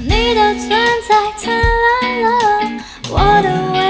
你的存在灿烂了我的未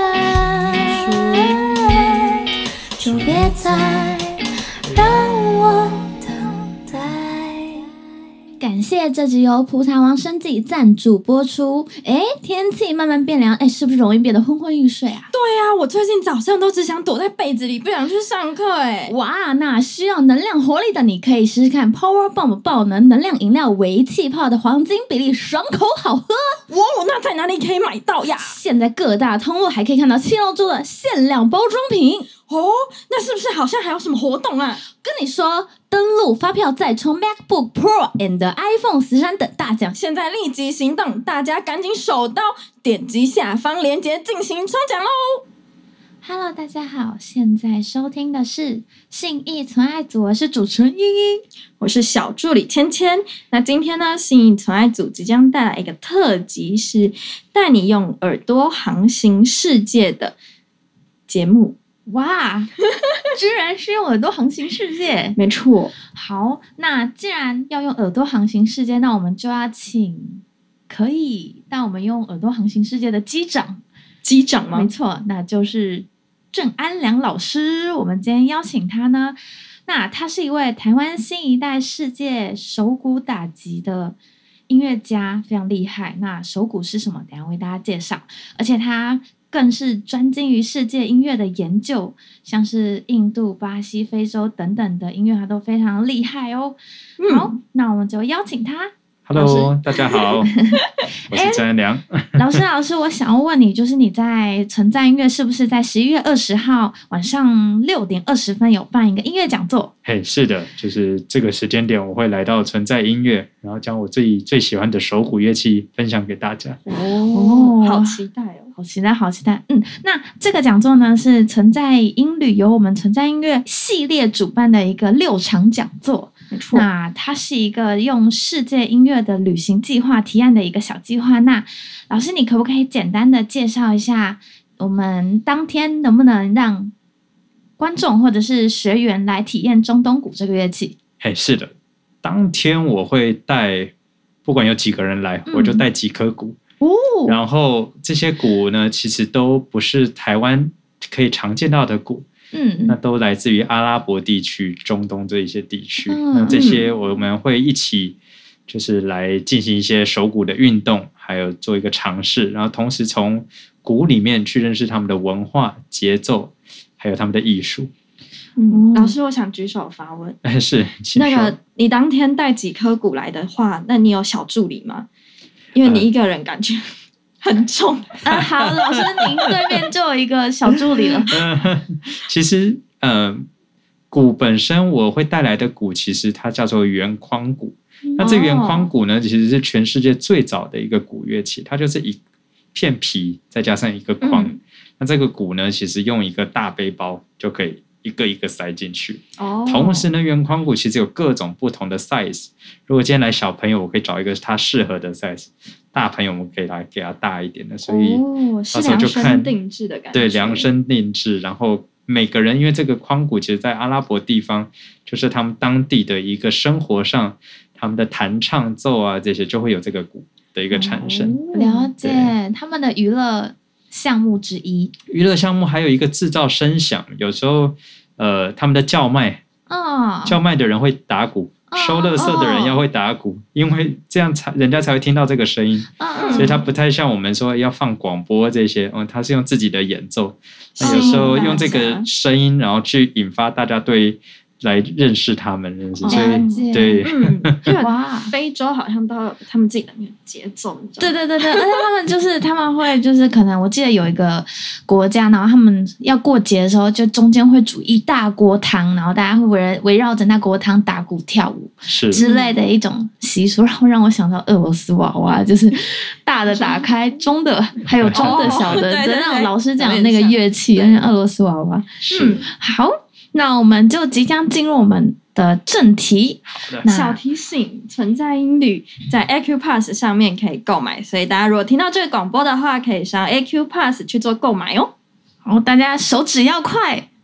来，就别再让我等待。感谢这集由葡萄王生技赞助播出。天气慢慢变凉，是不是容易变得昏昏欲睡啊？ 对啊，我最近早上都只想躲在被子里，不想去上课哇，那需要能量活力的你可以试试看 Power Bomb 爆能饮料微气泡的黄金比例，爽口好喝。 哇，那在哪里可以买到呀？ 现在各大通路还可以看到7楼桌的限量包装品哦。那是不是好像还有什么活动啊？ 跟你说，登录发票再抽 MacBook Pro and iPhone 13等大奖， 现在立即行动，大家赶紧手刀点击下方链接进行抽奖喽。 Hello， 大家好，现在收听的是信义存爱组，我是主持人依依， 我是小助理芊芊。那今天呢，信义存爱组即将带来一个特辑，是带你用耳朵航行世界的节目。 哇，居然是用耳朵航行世界！ 没错。 好，那既然要用耳朵航行世界，那我们就要请可以带我们用耳朵航行世界的机长。 机长吗？ 没错，那就是郑安良老师。我们今天邀请他呢，那他是一位台湾新一代世界手鼓打击的音乐家，非常厉害。那手鼓是什么？等一下为大家介绍。而且他更是专精于世界音乐的研究，像是印度、巴西、非洲等等的音乐，他都非常厉害哦。好，那我们就邀请他。 Hello， 大家好，我是郑安良。 老师，我想要问你，就是你在存在音乐是不是在11月20号晚上6点20分有办一个音乐讲座？ 是的，就是这个时间点我会来到存在音乐，然后将我最喜欢的手鼓乐器分享给大家。 好期待哦！ 好期待。那这个讲座呢是存在音旅由我们存在音乐系列主办的一个6场讲座。 没错， 那它是一个用世界音乐的旅行计划提案的一个小计划。那老师，你可不可以简单的介绍一下，我们当天能不能让观众或者是学员来体验中东鼓这个乐器？ 是的，当天我会带，不管有几个人来，我就带几颗鼓。然后这些鼓呢，其实都不是台湾可以常见到的鼓。那都来自于阿拉伯地区、中东这一些地区。那这些我们会一起就是来进行一些手鼓的运动，还有做一个尝试，然后同时从鼓里面去认识他们的文化、节奏，还有他们的艺术。 老师，我想举手发问。 是， 那个你当天带几颗鼓来的话，那你有小助理吗？因为你一个人感觉很重。 好，老师您对面就有一个小助理了。 其实鼓本身我会带来的鼓，其实它叫做圆框鼓。那这圆框鼓呢，其实是全世界最早的一个鼓乐器，它就是一片皮再加上一个框。那这个鼓呢，其实用一个大背包就可以一个一个塞进去。同时呢，圆框鼓其实有各种不同的 size。如果今天来小朋友，我可以找一个他适合的 size； 大朋友我们可以来给他大一点的。所以到时候就看， 是量身定制的感觉。 对，量身定制。然后每个人，因为这个框鼓其实在阿拉伯地方，就是他们当地的一个生活上，他们的弹唱奏啊这些就会有这个鼓的一个产生。 了解，他们的娱乐项目之一。 娱乐项目还有一个制造声响，有时候他们的叫卖，叫卖的人会打鼓，收垃圾的人要会打鼓，因为这样人家才会听到这个声音。所以它不太像我们说要放广播这些，它是用自己的演奏。那有时候用这个声音，然后去引发大家来认识他们，所以对， 哇，非洲好像都有他们自己的那个节奏。 对，而且他们会可能我记得有一个国家，然后他们要过节的时候，就中间会煮一大锅汤，然后大家会围绕着那锅汤打鼓跳舞之类的一种习俗，然后让我想到俄罗斯娃娃，就是大的打开，中的还有中的小的，那种老师讲的那个乐器，俄罗斯娃娃。好。那我们就即将进入我们的正题。 小提醒，存在音旅在 Acupass 上面可以购买，所以大家如果听到这个广播的话，可以上 Acupass 去做购买哦。 好，大家手指要快。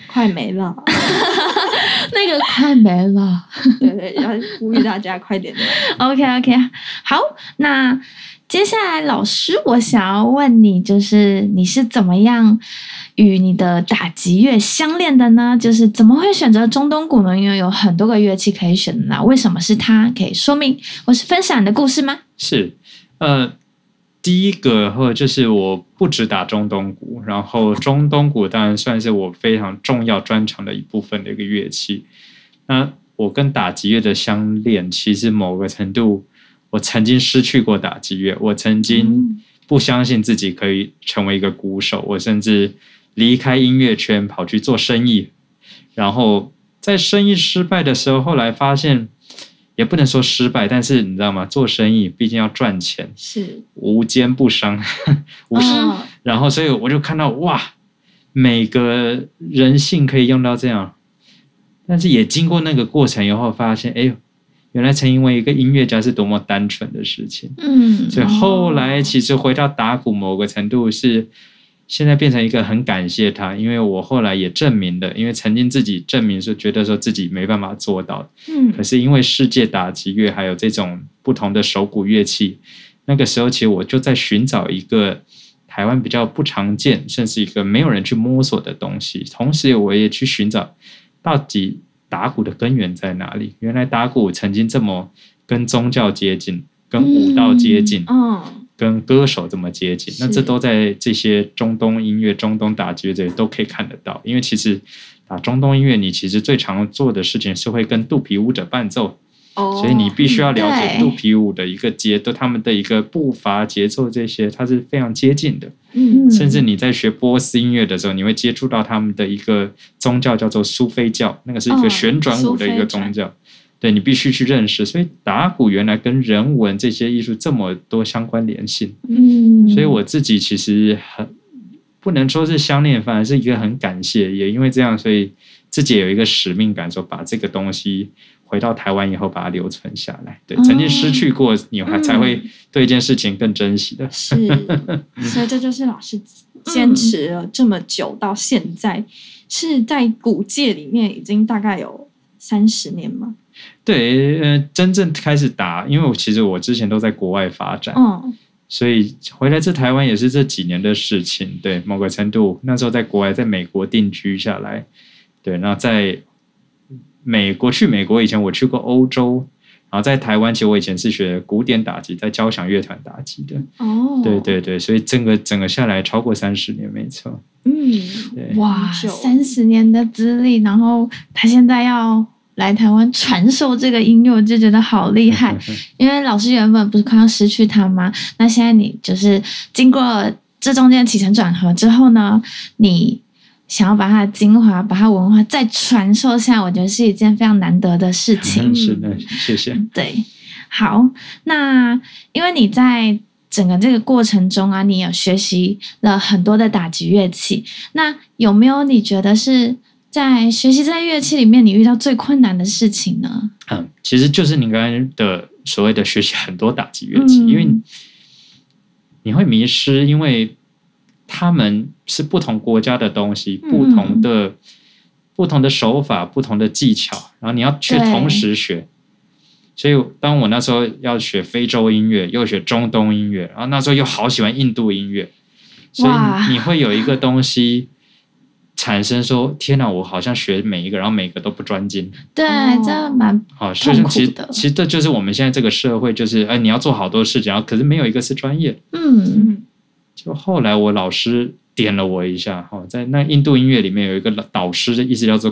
快没了。 那个快没了。 对对，要呼吁大家快点来。 OK， 好，那接下来老师，我想要问你，就是你是怎么样与你的打击乐相恋的呢？就是怎么会选择中东鼓呢？因为有很多个乐器可以选的，为什么是它？可以说明或是分享你的故事吗？ 是，第一个就是我不只打中东鼓，然后中东鼓当然算是我非常重要专长的一部分的一个乐器。那我跟打击乐的相恋，其实某个程度，我曾经失去过打击乐，我曾经不相信自己可以成为一个鼓手，我甚至离开音乐圈跑去做生意，然后在生意失败的时候，后来发现。也不能说失败，但是你知道吗？做生意毕竟要赚钱， 是无奸不商，然后所以我就看到哇，每个人性可以用到这样，但是也经过那个过程以后，发现哎呦，原来成为一个音乐家是多么单纯的事情。所以后来其实回到打鼓，某个程度是。现在变成一个很感谢他，因为我后来也证明了，因为曾经自己证明说觉得说自己没办法做到，可是因为世界打击乐还有这种不同的手鼓乐器，那个时候其实我就在寻找一个台湾比较不常见，甚至一个没有人去摸索的东西，同时我也去寻找到底打鼓的根源在哪里。原来打鼓曾经这么跟宗教接近，跟舞蹈接近，跟歌手这么接近，那这都在这些中东音乐、中东打击乐这里都可以看得到。因为其实打中东音乐，你其实最常做的事情是会跟肚皮舞者伴奏，所以你必须要了解肚皮舞的一个节奏，他们的一个步伐、节奏这些，它是非常接近的。甚至你在学波斯音乐的时候，你会接触到他们的一个宗教叫做苏菲教，那个是一个旋转舞的一个宗教。对，你必须去认识，所以打鼓原来跟人文这些艺术这么多相关联性，所以我自己其实不能说是相恋，反而是一个很感谢，也因为这样，所以自己也有一个使命感，说把这个东西回到台湾以后把它留存下来。对，曾经失去过，你才会对一件事情更珍惜的。 是，所以这就是老师坚持了这么久到现在，是在鼓界里面已经大概有30年吗？ 对，真正开始打，因为其实我之前都在国外发展，所以回来这台湾也是这几年的事情。对，某个程度，那时候在国外，在美国定居下来，对，然后在美国以前我去过欧洲，然后在台湾，其实我以前是学古典打击，在交响乐团打击的。对对对，所以整个下来超过30年，没错。 哇，30年的资历，然后他现在要来台湾传授这个音乐，我就觉得好厉害。因为老师原本不是快要失去他吗？那现在你就是经过这中间的起承转合之后呢，你想要把它的精华、把它文化再传授下来，我觉得是一件非常难得的事情。 是的，谢谢。 对，好，那因为你在整个这个过程中啊，你有学习了很多的打击乐器，那有没有你觉得是在学习这些乐器里面，你遇到最困难的事情呢？ 其实就是你刚才的所谓的学习很多打击乐器，因为你会迷失，因为他们是不同国家的东西，不同的手法，不同的技巧，然后你要去同时学。所以当我那时候要学非洲音乐，又学中东音乐，然后那时候又好喜欢印度音乐，所以你会有一个东西产生说，天哪，我好像学每一个，然后每个都不专精。 对，这蛮痛苦的。 其实这就是我们现在这个社会，就是你要做好多事情，然后可是没有一个是专业。就后来我老师点了我一下，在那印度音乐里面有一个导师的意思叫做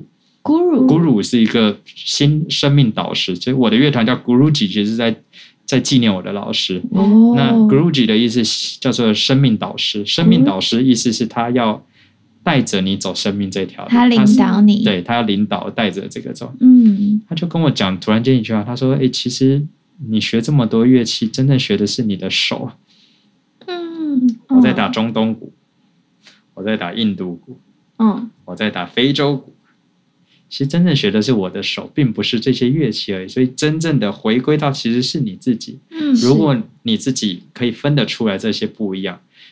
Guru。Guru 是一个新生命导师，所以我的乐团叫 Guruji， 其实在纪念我的老师。那 Guruji 的意思叫做生命导师，生命导师意思是他要带着你走生命这条路， 他领导你， 对，他要领导带着这个走。他就跟我讲，突然间一句话，他说：“其实你学这么多乐器，真正学的是你的手。”我在打中东鼓，我在打印度鼓，我在打非洲鼓。其实真正学的是我的手，并不是这些乐器而已。所以真正的回归到其实是你自己。如果你自己可以分得出来这些不一样，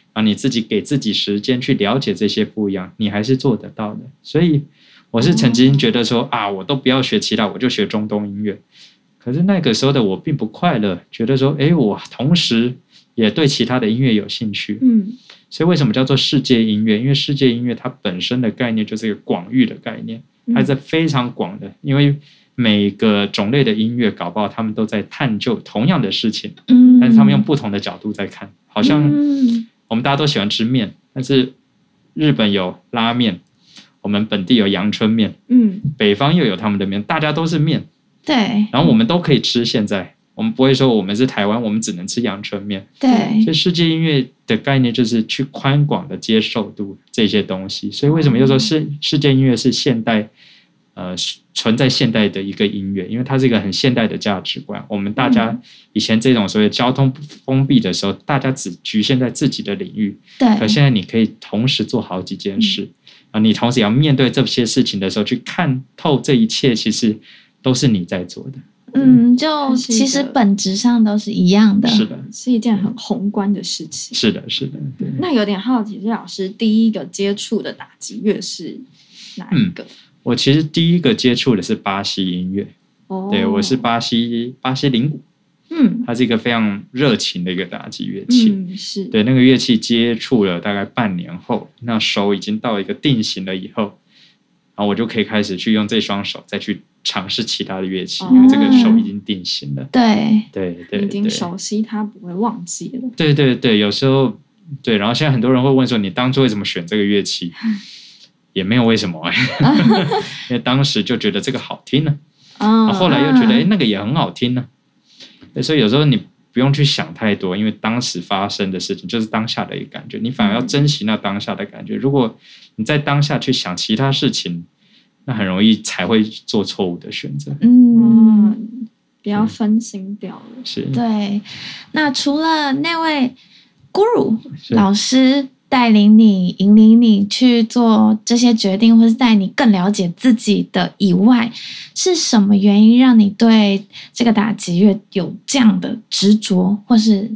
然后你自己给自己时间去了解这些不一样，你还是做得到的。所以我是曾经觉得说我都不要学其他，我就学中东音乐。可是那个时候的我并不快乐，觉得说我同时也对其他的音乐有兴趣。所以为什么叫做世界音乐？因为世界音乐它本身的概念就是一个广域的概念，它是非常广的，因为每个种类的音乐搞不好他们都在探究同样的事情，但是他们用不同的角度在看。好像我们大家都喜欢吃面，但是日本有拉面，我们本地有阳春面，北方又有他们的面，大家都是面， 对， 然后我们都可以吃。现在我们不会说我们是台湾，我们只能吃阳春面。 对， 所以世界音乐的概念就是去宽广的接受度这些东西。所以为什么又说世界音乐是现代存在现代的一个音乐？因为它是一个很现代的价值观。我们大家以前这种所谓交通封闭的时候，大家只局限在自己的领域， 对， 可现在你可以同时做好几件事，你同时也要面对这些事情的时候，去看透这一切，其实都是你在做的。 就其实本质上都是一样的， 是的， 是一件很宏观的事情。 是的，是的。对， 那有点好奇，是老师第一个接触的打击乐是哪一个？ 我其实第一个接触的是巴西音乐。对，我是巴西铃鼓。它是一个非常热情的一个打击乐器。 是对，那个乐器接触了大概半年后，那手已经到一个定型了以后，然后我就可以开始去用这双手再去尝试其他的乐器，因为这个手已经定型了。对， 已经熟悉它，不会忘记了。 对，有时候对，然后现在很多人会问说，你当初为什么选这个乐器？也没有为什么因为当时就觉得这个好听呢，后来又觉得那个也很好听呢。所以有时候你不用去想太多，因为当时发生的事情就是当下的一个感觉，你反而要珍惜那当下的感觉。如果你在当下去想其他事情，那很容易才会做错误的选择。 不要分心掉了。 是， 对。那除了那位 Guru 老师带领你、引领你去做这些决定，或是带你更了解自己的以外，是什么原因让你对这个打击乐有这样的执着，或是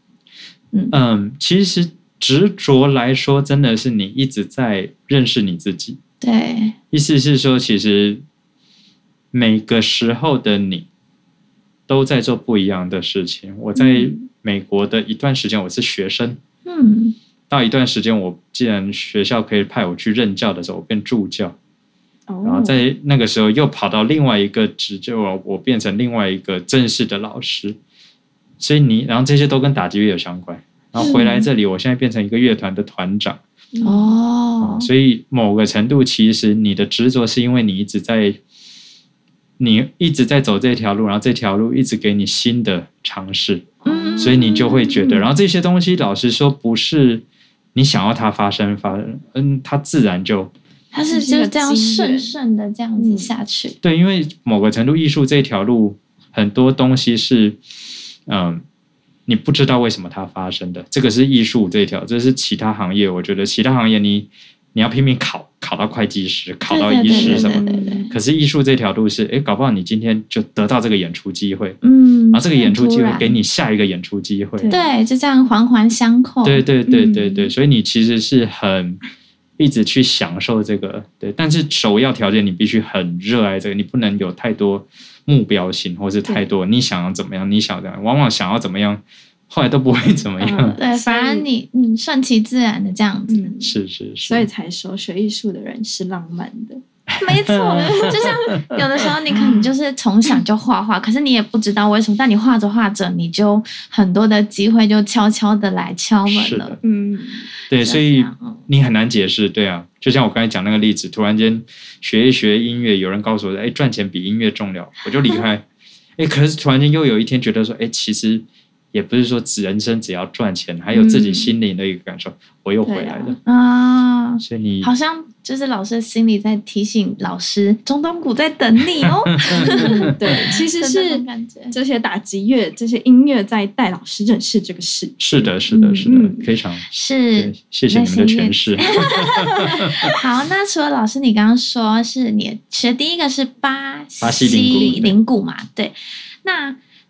其实执着来说，真的是你一直在认识你自己。 对， 意思是说，其实每个时候的你都在做不一样的事情。我在美国的一段时间，我是学生。到一段时间，我既然学校可以派我去任教的时候，我变助教。然后在那个时候又跑到另外一个职，就我变成另外一个正式的老师。所以然后这些都跟打击乐有相关。然后回来这里，我现在变成一个乐团的团长。所以某个程度，其实你的执着是因为你一直在走这条路，然后这条路一直给你新的尝试。所以你就会觉得，然后这些东西老实说不是你想要它发生，它自然它是就这样顺的这样子下去。 对，因为某个程度艺术这条路很多东西是你不知道为什么它发生的，这个是艺术这一条。这是其他行业，我觉得其他行业你要拼命考到会计师，考到医师什么的。可是艺术这条路是搞不好你今天就得到这个演出机会，然后这个演出机会给你下一个演出机会。 对，就这样环环相扣。 对，所以你其实是很一直去享受这个。对，但是首要条件你必须很热爱这个，你不能有太多目标性，或是太多你想要怎么样，你想怎么样，往往想要怎么样后来都不会怎么样。 对，反而你顺其自然的这样子。 是， 所以才说学艺术的人是浪漫的。 没错，就像有的时候你可能就是从小就画画，可是你也不知道为什么，但你画着画着，你就很多的机会就悄悄的来敲门了。 对，所以你很难解释。对啊，就像我刚才讲那个例子，突然间学一学音乐，有人告诉我赚钱比音乐重要，我就离开。可是突然间又有一天觉得说其实也不是说人生只要赚钱，还有自己心灵的一个感受，我又回来了。所以你好像就是老师心里在提醒老师，中东鼓在等你哦。 对，其实是这些打击乐、这些音乐在带老师认识这个世界。 是的，非常是。 谢谢你们的诠释。 好，那除了老师，你刚刚说是你学第一个是巴西铃鼓嘛？对，那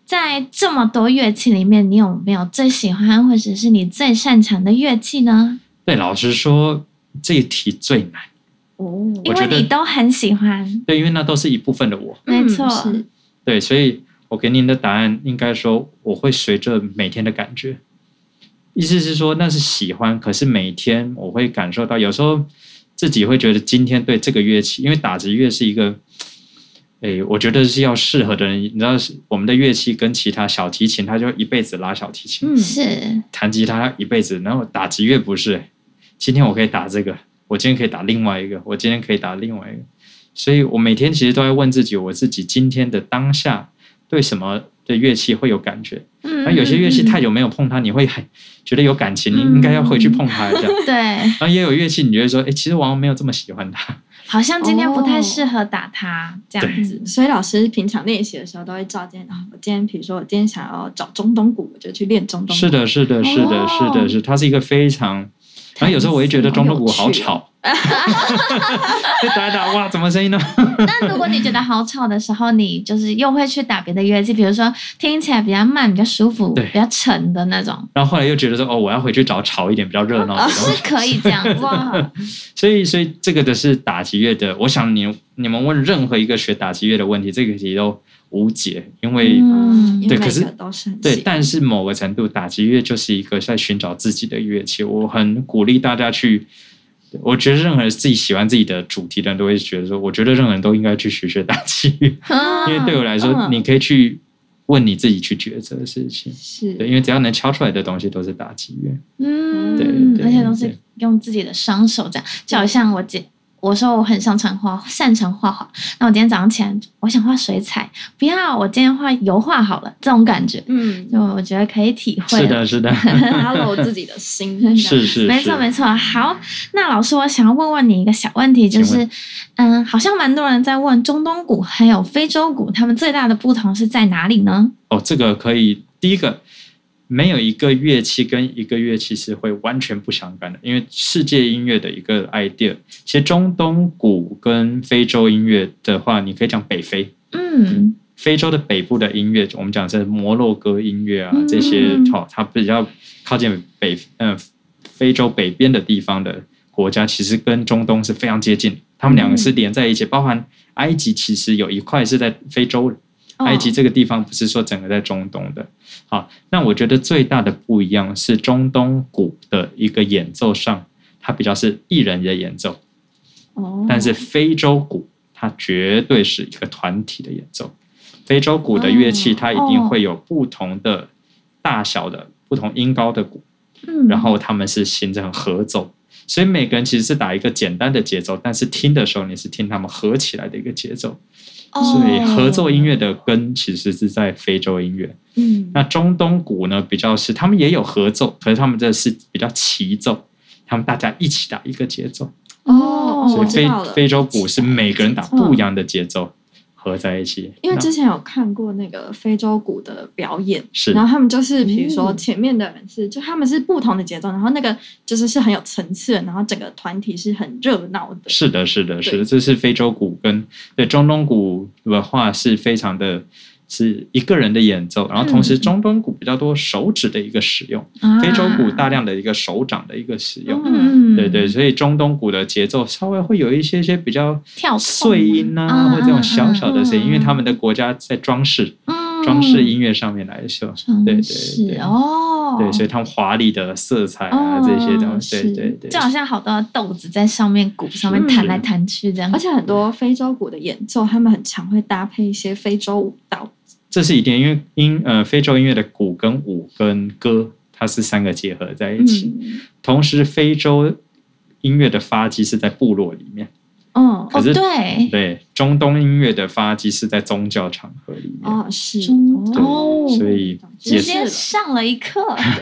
在这么多乐器里面，你有没有最喜欢或者是你最擅长的乐器呢？ 对，老实说，这一题最难。 因为你都很喜欢。 对，因为那都是一部分的我。 没错。 是对，所以我给您的答案应该说，我会随着每天的感觉。意思是说，那是喜欢，可是每天我会感受到，有时候自己会觉得今天对这个乐器，因为打击乐是一个，我觉得是要适合的人。你知道，我们的乐器跟其他小提琴，他就一辈子拉小提琴， 是弹吉他一辈子，然后打击乐不是。今天我可以打这个，我今天可以打另外一个，我今天可以打另外一个。所以我每天其实都在问自己，我自己今天的当下对什么的乐器会有感觉。那有些乐器太久没有碰它，你会很觉得有感情，你应该要回去碰它一下。 对。 然后也有乐器，你觉得说，其实我好像没有这么喜欢它， 好像今天不太适合打它这样子。 所以老师平常练习的时候都会照今天我今天比如说我今天想要找中东鼓，我就去练中东鼓。是的， 是的，是的，是的，是它是一个非常。然后有时候我会觉得中东鼓好吵，就打一打，哇，怎么声音呢？ 那如果你觉得好吵的时候，你就是又会去打别的乐器，比如说听起来比较慢、比较舒服、比较沉的那种。 然后后来又觉得说，我要回去找吵一点、比较热闹的东西。 是可以这样哇。 所以这个的是打击乐的。我想你们问任何一个学打击乐的问题，这个题都无解，因为对，可是都是很对，但是某个程度，打击乐就是一个在寻找自己的乐器。我很鼓励大家去，我觉得任何人自己喜欢自己的主题的人都会觉得说，我觉得任何人都应该去学打击乐，因为对我来说，你可以去问你自己去抉择的事情， 是对，因为只要能敲出来的东西都是打击乐，对， 而且都是用自己的双手这样，就好像我说我很擅长画画，那我今天早上起来，我想画水彩，不要，我今天画油画好了，这种感觉，就我觉得可以体会。 是的 ，follow 自己的心， 是， 没错。好，那老师，我想要问你一个小问题，就是，好像蛮多人在问中东鼓还有非洲鼓，他们最大的不同是在哪里呢？ 这个可以，第一个。没有一个乐器跟一个乐器是会完全不相干的，因为世界音乐的一个 idea， 其实中东鼓跟非洲音乐的话，你可以讲北非，非洲的北部的音乐，我们讲是摩洛哥音乐啊，这些它比较靠近非洲北边的地方的国家，其实跟中东是非常接近，他们两个是连在一起，包含埃及其实有一块是在非洲的。埃及这个地方不是说整个在中东的。好，那我觉得最大的不一样是中东鼓的一个演奏上，它比较是一人的演奏，但是非洲鼓它绝对是一个团体的演奏。非洲鼓的乐器它一定会有不同的大小的不同音高的鼓，然后他们是形成合奏，所以每个人其实是打一个简单的节奏，但是听的时候你是听他们合起来的一个节奏。所以合奏音乐的根其实是在非洲音乐。那中东鼓呢，比较是他们也有合奏，可是他们这是比较齐奏，他们大家一起打一个节奏。所以非洲鼓是每个人打不一样的节奏合在一起。 因为之前有看过那个非洲鼓的表演， 是， 然后他们就是比如说前面的人是，就他们是不同的节奏，然后那个就是很有层次的，然后整个团体是很热闹的。 是的，这是非洲鼓跟对中东鼓的话是非常的。是一个人的演奏，然后同时中东鼓比较多手指的一个使用，非洲鼓大量的一个手掌的一个使用，对，所以中东鼓的节奏稍微会有一些比较碎音啊，或这种小小的声音，因为他们的国家在装饰音乐上面来说，对，对，所以他们华丽的色彩啊这些东西，对， 就好像好多豆子在上面鼓上面弹来弹去这样， 而且很多非洲鼓的演奏，他们很常会搭配一些非洲舞蹈。 这是一点，因为非洲音乐的鼓跟舞跟歌，它是三个结合在一起。同时，非洲音乐的发迹是在部落里面。可是对中东音乐的发迹是在宗教场合里面。 是所以直接上了一课。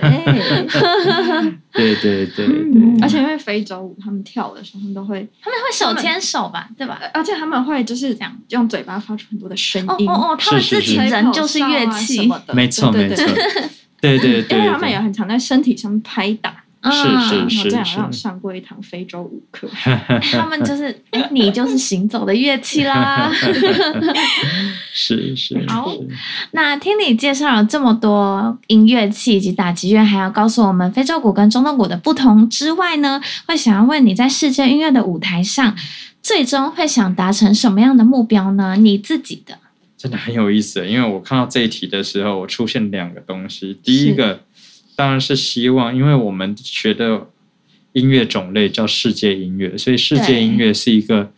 对， 而且因为非洲舞，他们跳的时候，他们会手牵手吧，对吧？ 而且他们会就是这样用嘴巴发出很多的声音。 他们自己人就是乐器， 没错，对， 因为他们也很常在身体上面拍打。 是我这好像有上过一堂非洲舞课， 他们就是你就是行走的乐器啦。 是好，那听你介绍了这么多音乐器以及打击乐，还要告诉我们非洲鼓跟中东鼓的不同之外呢，会想要问你在世界音乐的舞台上，最终会想达成什么样的目标呢？你自己的。 真的很有意思，因为我看到这一题的时候，我出现2个东西。第一个当然是希望，因为我们学的音乐种类叫世界音乐，所以世界音乐是一个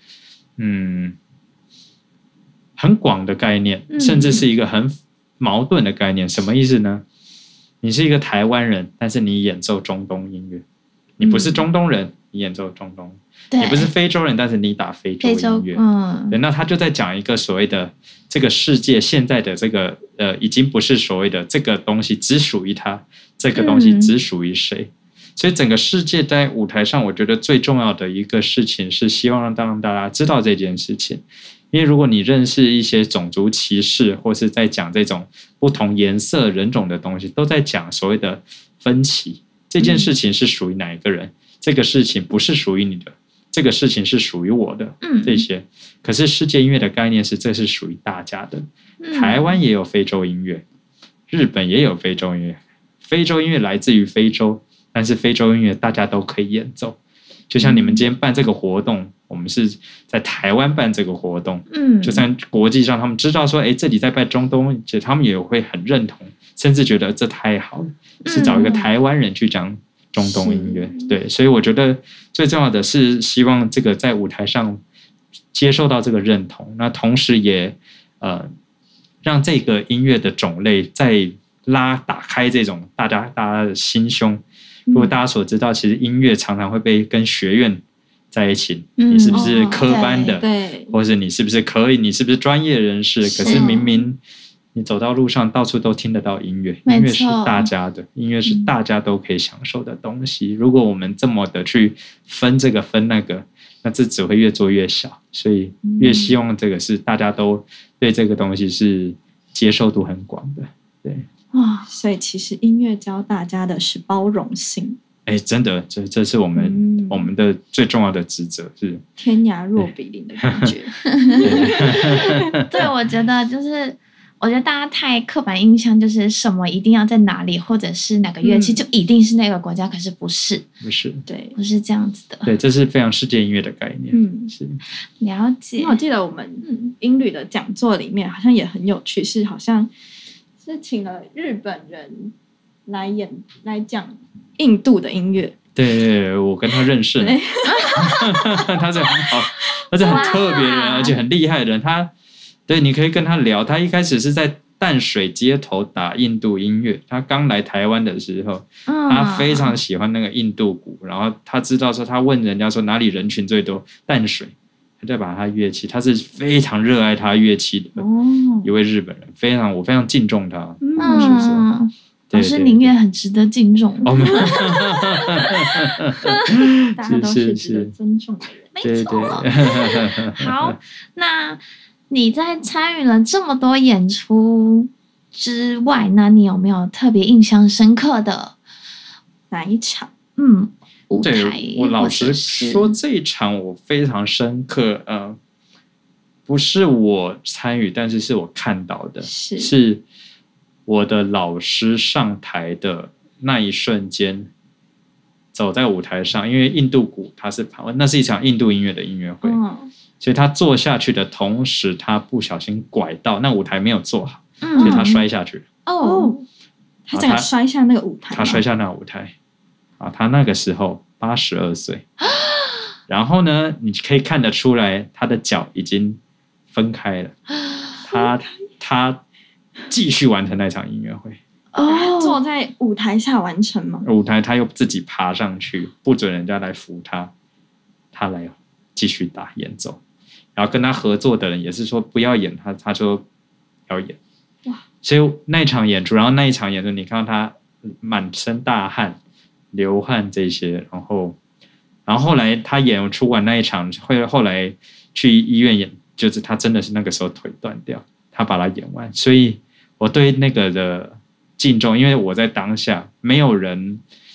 很广的概念，甚至是一个很矛盾的概念。什么意思呢？你是一个台湾人，但是你演奏中东音乐；你不是中东人，你演奏中东；你不是非洲人，但是你打非洲音乐。对，那他就在讲一个所谓的这个世界现在的这个已经不是所谓的这个东西只属于他，这个东西只属于谁。所以整个世界在舞台上，我觉得最重要的一个事情是希望让大家知道这件事情。因为如果你认识一些种族歧视，或是在讲这种不同颜色人种的东西，都在讲所谓的分歧，这件事情是属于哪一个人，这个事情不是属于你的，这个事情是属于我的，这些。可是世界音乐的概念是这是属于大家的。台湾也有非洲音乐，日本也有非洲音乐，非洲音乐来自于非洲，但是非洲音乐大家都可以演奏。就像你们今天办这个活动，我们是在台湾办这个活动，就在国际上他们知道说，这里在办中东，其实他们也会很认同，甚至觉得这太好了，是找一个台湾人去讲中东音乐。对，所以我觉得最重要的是希望这个在舞台上接受到这个认同，那同时也让这个音乐的种类再打开这种大家的心胸。如果大家所知道，其实音乐常常会被跟学院在一起，你是不是科班的， 对， 或者你是不是可以，你是不是专业人士？可是明明你走到路上，到处都听得到音乐，音乐是大家的，音乐是大家都可以享受的东西。如果我们这么的去分这个分那个，那这只会越做越小。所以越希望这个是大家都对这个东西是接受度很广的，对。 所以其实音乐教大家的是包容性。 真的，这是我们的最重要的职责，是天涯若比邻的感觉。 对，我觉得就是我觉得大家太刻板印象，就是什么一定要在哪里，或者是哪个乐器就一定是那个国家，可是不是， 对， 不是这样子的。 对，这是非常世界音乐的概念。是了解。 我记得我们音旅的讲座里面好像也很有趣，是好像是请了日本人来讲印度的音乐。 对，我跟他认识了。他是很好，而且很特别的人，而且很厉害的人。对，你可以跟他聊。他一开始是在淡水街头打印度音乐。他刚来台湾的时候，他非常喜欢那个印度鼓，然后他知道说，他问人家说哪里人群最多，淡水。他就把他乐器，他是非常热爱他乐器的一位日本人，我非常敬重他。 老师您也很值得敬重。 大家都是值得尊重的人。 没错。好，那你在参与了这么多演出之外呢，你有没有特别印象深刻的哪一场？ 舞台？ 对，我老实说，这一场我非常深刻。不是我参与，但是我看到的，是我的老师上台的那一瞬间，走在舞台上，因为印度鼓那是一场印度音乐的音乐会，所以他坐下去的同时，他不小心拐到那舞台没有做好，所以他摔下去。 他整个摔下那个舞台。 他摔下那个舞台。他那个时候82岁，然后呢，你可以看得出来，他的脚已经分开了。他继续完成那场音乐会。 坐在舞台下完成吗？ 舞台他又自己爬上去，不准人家来扶他，他来继续演奏。然后跟他合作的人也是说不要演，他说要演。所以那一场演出，然后那一场演出，你看到他满身大汗。流汗这些，然后后来他演出完那一场，后来去医院演，就是他真的是那个时候腿断掉，他把它演完。所以我对那个的敬重，因为我在当下没有人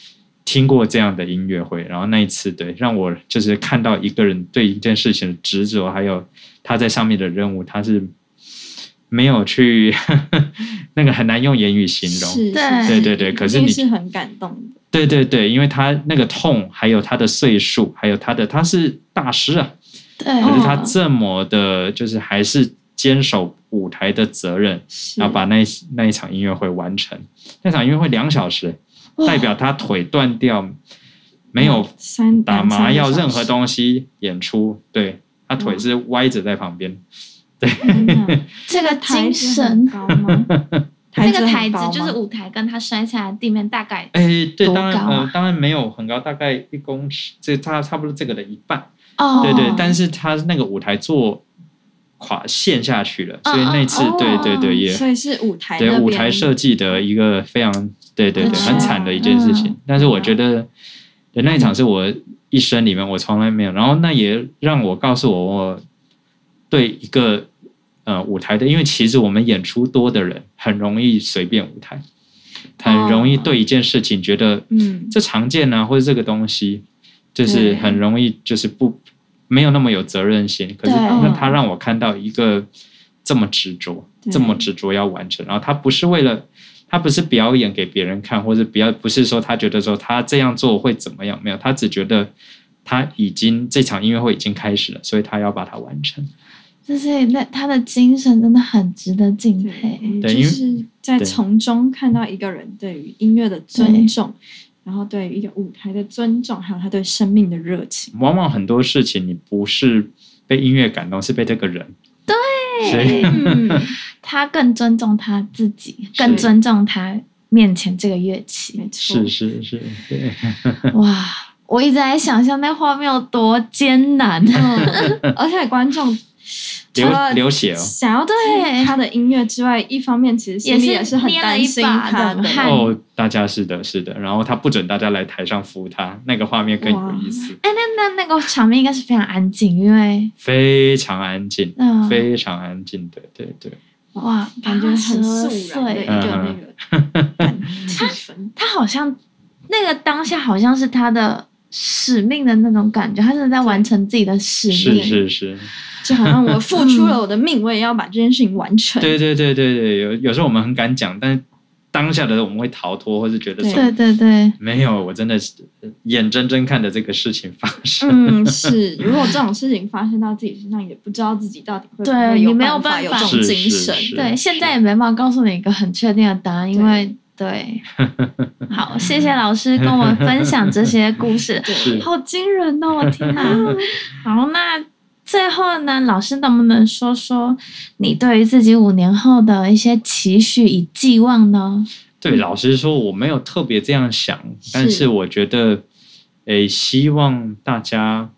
听过这样的音乐会，然后那一次对让我就是看到一个人对一件事情的执着，还有他在上面的任务，他是没有去那个很难用言语形容， 是， 对对对，可是你一定是很感动的。 对对对，因为他那个痛，还有他的岁数，还有他是大师啊， 对， 可是他这么的，就是还是坚守舞台的责任， 是然后把那一场音乐会完成。那场音乐会2小时，代表他腿断掉，没有打麻药，任何东西演出，对他腿是歪着在旁边。对， 这个精神神高吗？ 那个台子就是舞台跟他摔下来的地面大概对， 多高啊？ 当然没有很高，大概1公尺，这差不多这个的一半。 哦， 对对，但是他那个舞台做陷下去了，所以那次对也， 所以是舞台对舞台设计的一个非常对很惨的一件事情。但是我觉得那一场是我一生里面我从来没有，然后那也让我告诉我对一个舞台的，因为其实我们演出多的人很容易随便舞台，很容易对一件事情觉得这常见啊，或者这个东西就是很容易就是没有那么有责任心。可是那他让我看到一个这么执着要完成，然后他不是表演给别人看，或者不是说他觉得说他这样做会怎么样，没有，他只觉得他这场音乐会已经开始了，所以他要把它完成。 就是他的精神真的很值得敬佩。 对，就是在从中看到一个人对于音乐的尊重，然后对于一个舞台的尊重，还有他对生命的热情。 往往很多事情你不是被音乐感动，是被这个人。 对，他更尊重他自己，更尊重他面前这个乐器。 没错， 是，对。 哇，我一直在想象那画面有多艰难， 而且观众流血想要听他的音乐之外，一方面其实心里也是很担心他的。 大家是的，然后他不准大家来台上扶他，那个画面更有意思。 那个场面应该是非常安静，因为非常安静，非常安静的，对。 哇， 感觉很肃然的一个那个气氛。 他好像那个当下好像是他的使命的那种感觉，他是在完成自己的使命。 是。 就好像我付出了我的命，我也要把这件事情完成。 对，有时候我们很敢讲，但是当下的我们会逃脱，或是觉得说对， 没有，我真的是眼睁睁看着这个事情发生。 是，如果这种事情发生到自己身上，也不知道自己到底会不会有办法有这种精神。 对，现在也没办法告诉你一个很确定的答案，因为对。好，谢谢老师跟我们分享这些故事，好惊人哦！我天哪！好，那最后呢，老师能不能说说你对于自己5年后的一些期许与寄望呢？ 对，老实说我没有特别这样想，但是我觉得希望大家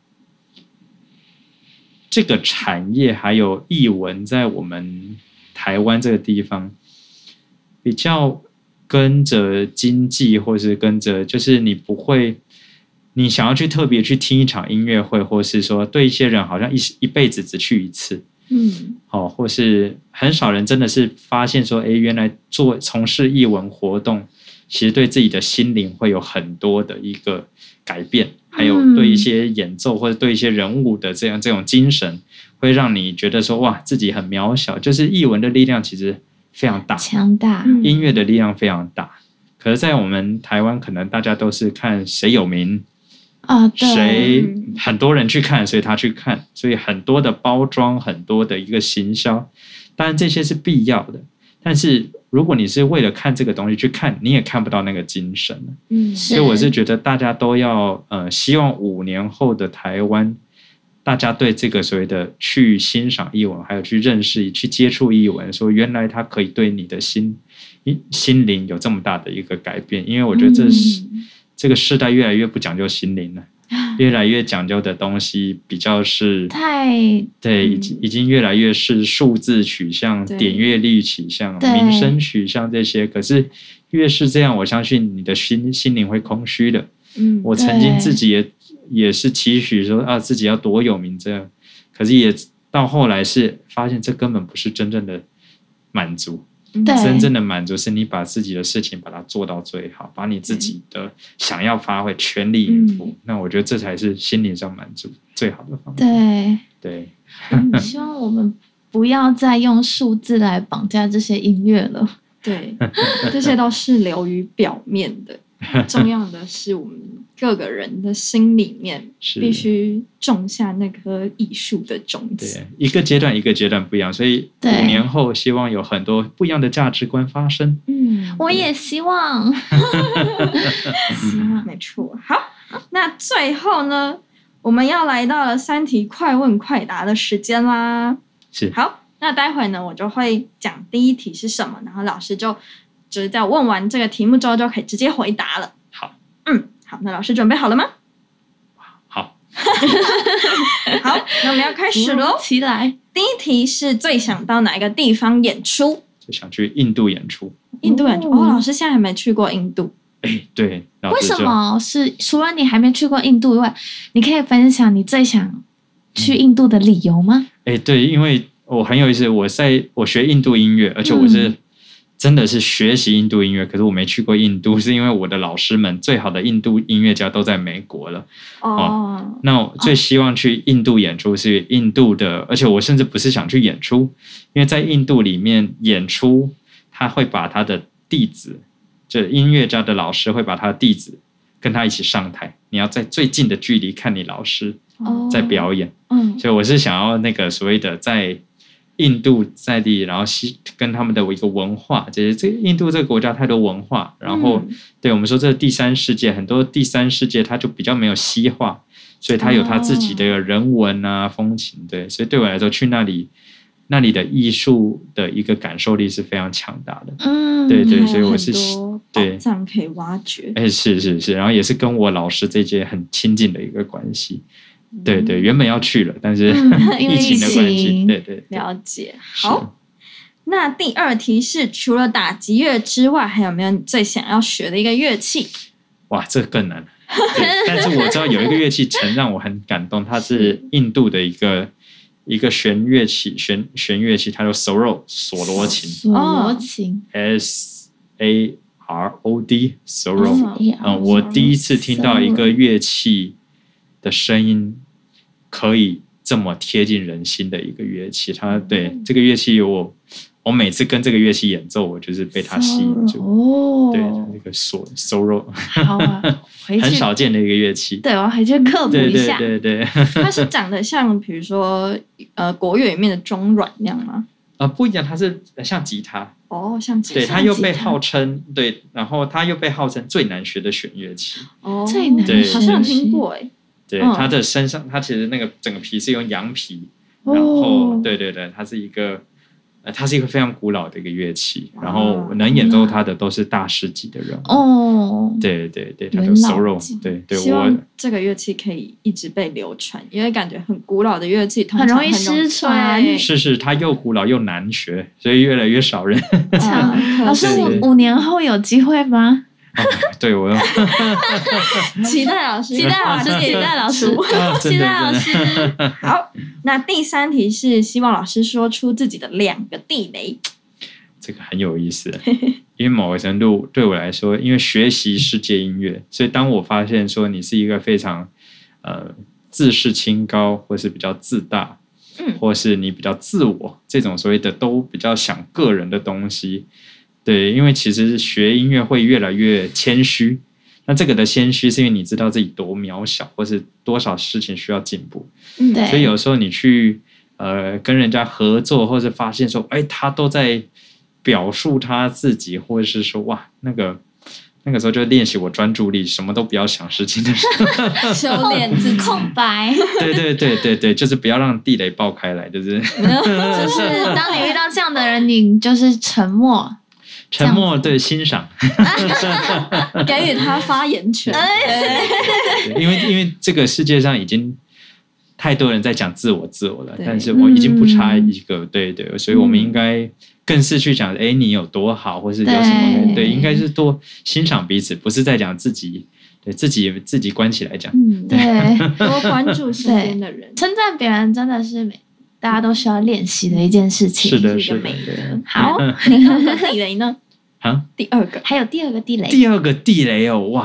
这个产业还有艺文在我们台湾这个地方比较跟着经济，或是跟着就是你想要去特别去听一场音乐会，或是说对一些人好像一辈子只去一次，或是很少人真的是发现说，原来从事艺文活动，其实对自己的心灵会有很多的一个改变，还有对一些演奏或者对一些人物的这种精神，会让你觉得说哇，自己很渺小。就是艺文的力量其实非常大， 强大， 音乐的力量非常大。可是，在我们台湾，可能大家都是看谁有名。谁很多人去看，所以他去看，所以很多的包装，很多的一个行销，当然这些是必要的。但是如果你是为了看这个东西去看，你也看不到那个精神。所以我是觉得大家都要希望5年后的台湾，大家对这个所谓的去欣赏艺文，还有去认识、去接触艺文，说原来它可以对你的心灵有这么大的一个改变。因为我觉得这个世代越来越不讲究心灵了，越来越讲究的东西比较是已经越来越是数字取向、点阅率取向、民生取向这些。可是越是这样，我相信你的心灵会空虚的。我曾经自己也是期许说自己要多有名这样，可是也到后来是发现这根本不是真正的满足。 对真正的满足是你把自己的事情把它做到最好，把你自己的想要发挥全力以赴，那我觉得这才是心灵上满足最好的方法。对， 希望我们不要再用数字来绑架这些音乐了。 对，这些都是流于表面的，重要的是我们各个人的心里面必须种下那颗艺术的种子。 对，一个阶段一个阶段不一样，所以5年后希望有很多不一样的价值观发生。 我也希望。 没错。好，那最后呢，我们要来到了3题快问快答的时间啦。 是。 好，那待会呢，我就会讲第一题是什么，然后老师就是在问完这个题目之后就可以直接回答了。 好， 好，那老师准备好了吗？ 好， 好，那我们要开始喽。 起来， 第一题是最想到哪一个地方演出？ 就想去印度演出。 印度演出老师现在还没去过印度。 对， 为什么是除了你还没去过印度以外，你可以分享你最想去印度的理由吗？ 对，因为我很有意思，我学印度音乐，而且我是真的是学习印度音乐，可是我没去过印度，是因为我的老师们最好的印度音乐家都在美国了。那我最希望去印度演出是印度的，而且我甚至不是想去演出，因为在印度里面演出，他会把他的弟子，就音乐家的老师会把他的弟子跟他一起上台，你要在最近的距离看你老师在表演。所以我是想要那个所谓的在印度在地，然后跟他们的一个文化，就是这印度这个国家太多文化，然后对我们说这第三世界，很多第三世界它就比较没有西化，所以它有它自己的人文啊风情。对，所以对我来说去那里的艺术的一个感受力是非常强大的。对，所以我是对宝藏可以挖掘。 是，然后也是跟我老师这届很亲近的一个关系。对，原本要去了，但是疫情的关系。对， 了解。好，那第2题是除了打击乐之外，还有没有你最想要学的一个乐器？ 哇，这个更难。但是我知道有一个乐器曾让我很感动，它是印度的一个弦乐器，它叫 Sarod 索罗琴。SAROD Sarod。我第一次听到一个乐器的声音可以这么贴近人心的一个乐器，对这个乐器我每次跟这个乐器演奏，我就是被它吸引住。对，那个Sarod， 好啊， 很少见的一个乐器。 对，我要回去科普一下。 对， 它是长得像比如说国乐里面的中阮那样吗？ 不一样，它是像吉他。 像吉他。 对，它又被号称然后它又被号称最难学的弦乐器。 最难学， 好像有听过对，它的身上，它其实那个整个皮是用羊皮，然后对，它是一个非常古老的一个乐器，然后能演奏它的都是大师级的人物。对，它叫 Sarod。对， 希望这个乐器可以一直被流传，因为感觉很古老的乐器通常很容易失传。 是，它又古老又难学，所以越来越少人。 老师，5年后有机会吗？ 对，我期待老师。好，那第3题是希望老师说出自己的2个地雷。 这个很有意思，因为某个程度对我来说，因为学习世界音乐，所以当我发现说你是一个非常自视清高，或是比较自大，或是你比较自我，这种所谓的都比较想个人的东西。对，因为其实学音乐会越来越谦虚，那这个的谦虚是因为你知道自己多渺小，或是多少事情需要进步。所以有时候你去跟人家合作，或是发现说，他都在表述他自己，或者是说哇，那个时候就练习我专注力，什么都不要想事情的时候， 修炼自己空白。 对，就是不要让地雷爆开来，就是当你遇到这样的人，你就是沉默， 对，欣赏， 给予他发言权。 因为这个世界上已经太多人在讲自我了，但是我已经不差一个。对，所以我们应该更是去讲，你有多好，或是有什么，对，应该是多欣赏彼此，不是在讲自己，对自己关起来讲。 对， 多关注身边的人， 称赞别人真的是大家都需要练习的一件事情。 是的， 是一个美是的。 德。 好， 第二个地雷呢？ 啊， 第二个， 还有第二个地雷， 第二个地雷哦，哇，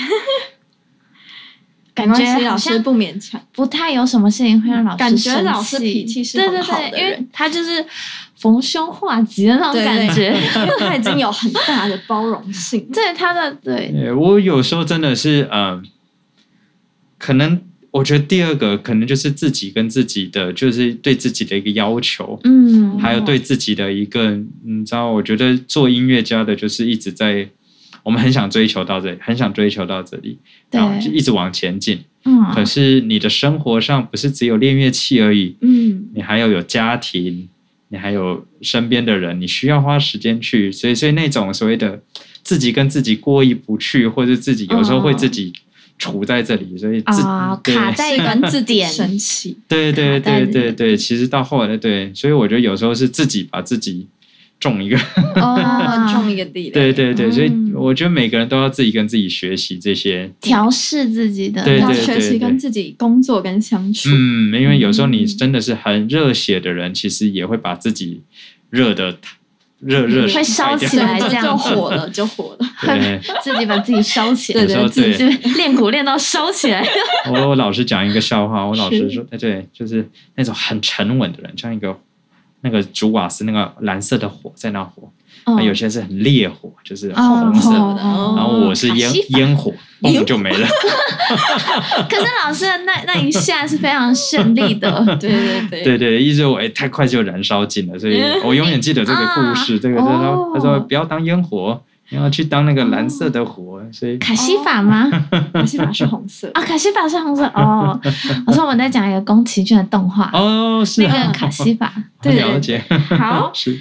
感没关系， 觉好像老师不勉强。 不太有什么事情会让老师感觉生气老师脾气是很好的人对对对，因为他就是逢凶化吉的那种对感觉。 因为他已经有很大的包容性。 对他的对， 我有时候真的是可能我觉得第二个可能就是自己跟自己的，就是对自己的一个要求，还有对自己的一个，你知道，我觉得做音乐家的就是一直在，我们很想追求到这里，很想追求到这里，然后就一直往前进。可是你的生活上不是只有练乐器而已，你还要有家庭，你还有身边的人，你需要花时间去，所以那种所谓的自己跟自己过意不去，或者自己有时候会自己处在这里，所以卡在跟自己生气。 对对对对对，其实到后来对，所以我觉得有时候是自己把自己种一个种一个地雷。 对对对，所以我觉得每个人都要自己跟自己学习这些调试自己的， 要学习跟自己工作跟相处。 因为有时候你真的是很热血的人，其实也会把自己热会烧起来，这样就火了，就火了。 会自己把自己烧起来， 对， 自己练鼓练到烧起来。 我老师讲一个笑话，我老师说，对，就是那种很沉稳的人，像一个那个煮瓦斯那个蓝色的火在那火，有些是很烈火，就是红色的，然后我是烟火，嘣就没了。 可是老师的那一下是非常绚丽的， 对，意思我太快就燃烧尽了，所以我永远记得这个故事。这个他说不要当烟火，你要去当那个蓝色的火。所以卡西法吗？ 卡西法是红色啊，卡西法是红色哦。我说我们在讲一个宫崎骏的动画哦，是那个卡西法， 对，了解。 好， 是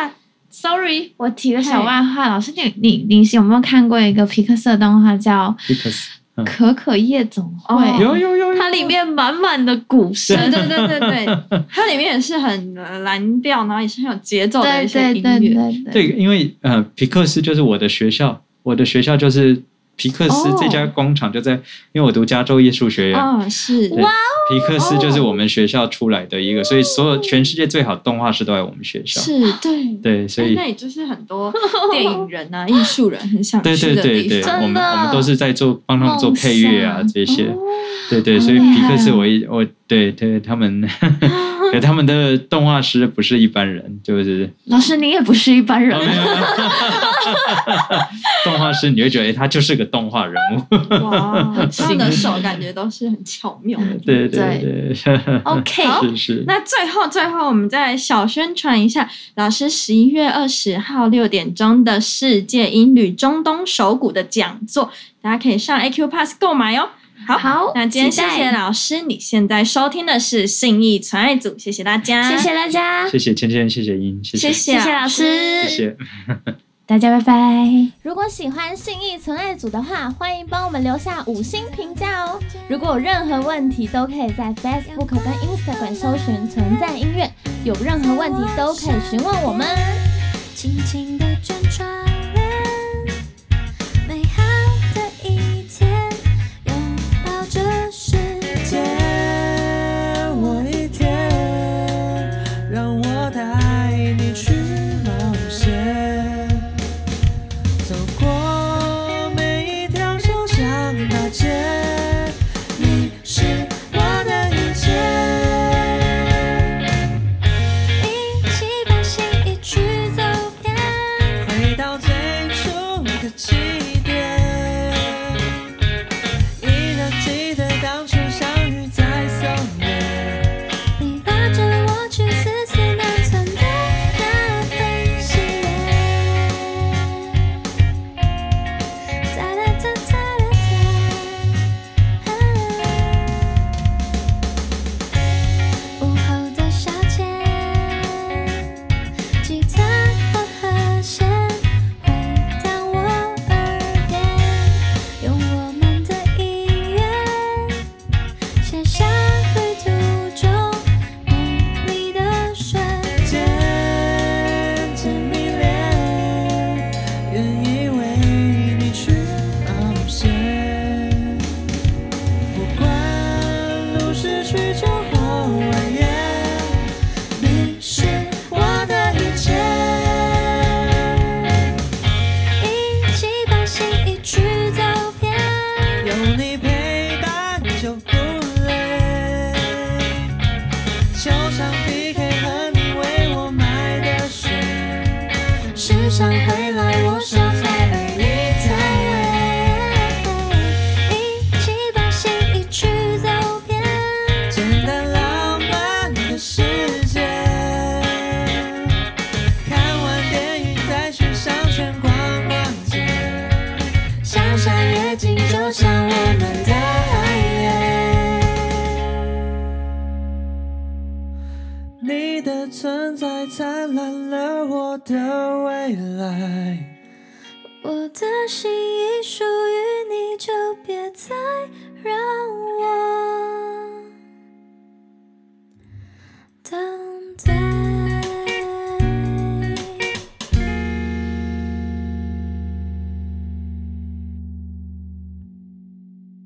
Sorry， 我提个小外话，老师，你有没有看过一个皮克斯的动画叫《可可夜总会》？ 有， 它里面满满的鼓声， 对，它里面也是很蓝调，然后也是很有节奏的一些音乐。 对，因为皮克斯就是我的学校就是皮克斯这家工厂就在，因为我读加州艺术学院， 是哇， 皮克斯就是我们学校出来的一个，所以所有全世界最好动画师都在我们学校。 是， 对，所以那也就是很多电影人啊、艺术人很想去的地方。 对，我们都是在帮他们做配乐啊这些。对，所以皮克斯我对他们，他们的动画师不是一般人，就是老师你也不是一般人。 动画师你会觉得他就是个动画人物。 哇，他们的手感觉都是很巧妙的。 对。 OK， 是。 那最后我们再小宣传一下，老师11月20号6点钟的世界音旅中东手鼓的讲座，大家可以上 AQ Pass 购买哦。好，那今天谢谢老师，你现在收听的是信义存爱组，谢谢大家， 谢谢大家， 谢谢芊芊，谢谢英，谢谢老师， 谢谢大家，拜拜。 如果喜欢信义存爱组的话，欢迎帮我们留下5星评价哦。如果有任何问题，都可以在 Facebook 跟 Instagram 搜寻存在音乐，有任何问题都可以询问我们。轻轻地卷窗帘，美好的一天，拥抱这世界。借我一天，让我带你去冒险，走过每一条小巷大街，你是我的一切。一起把心意去走遍。 想象越近，就像我们的爱恋。你的存在灿烂了我的未来，我的心已属于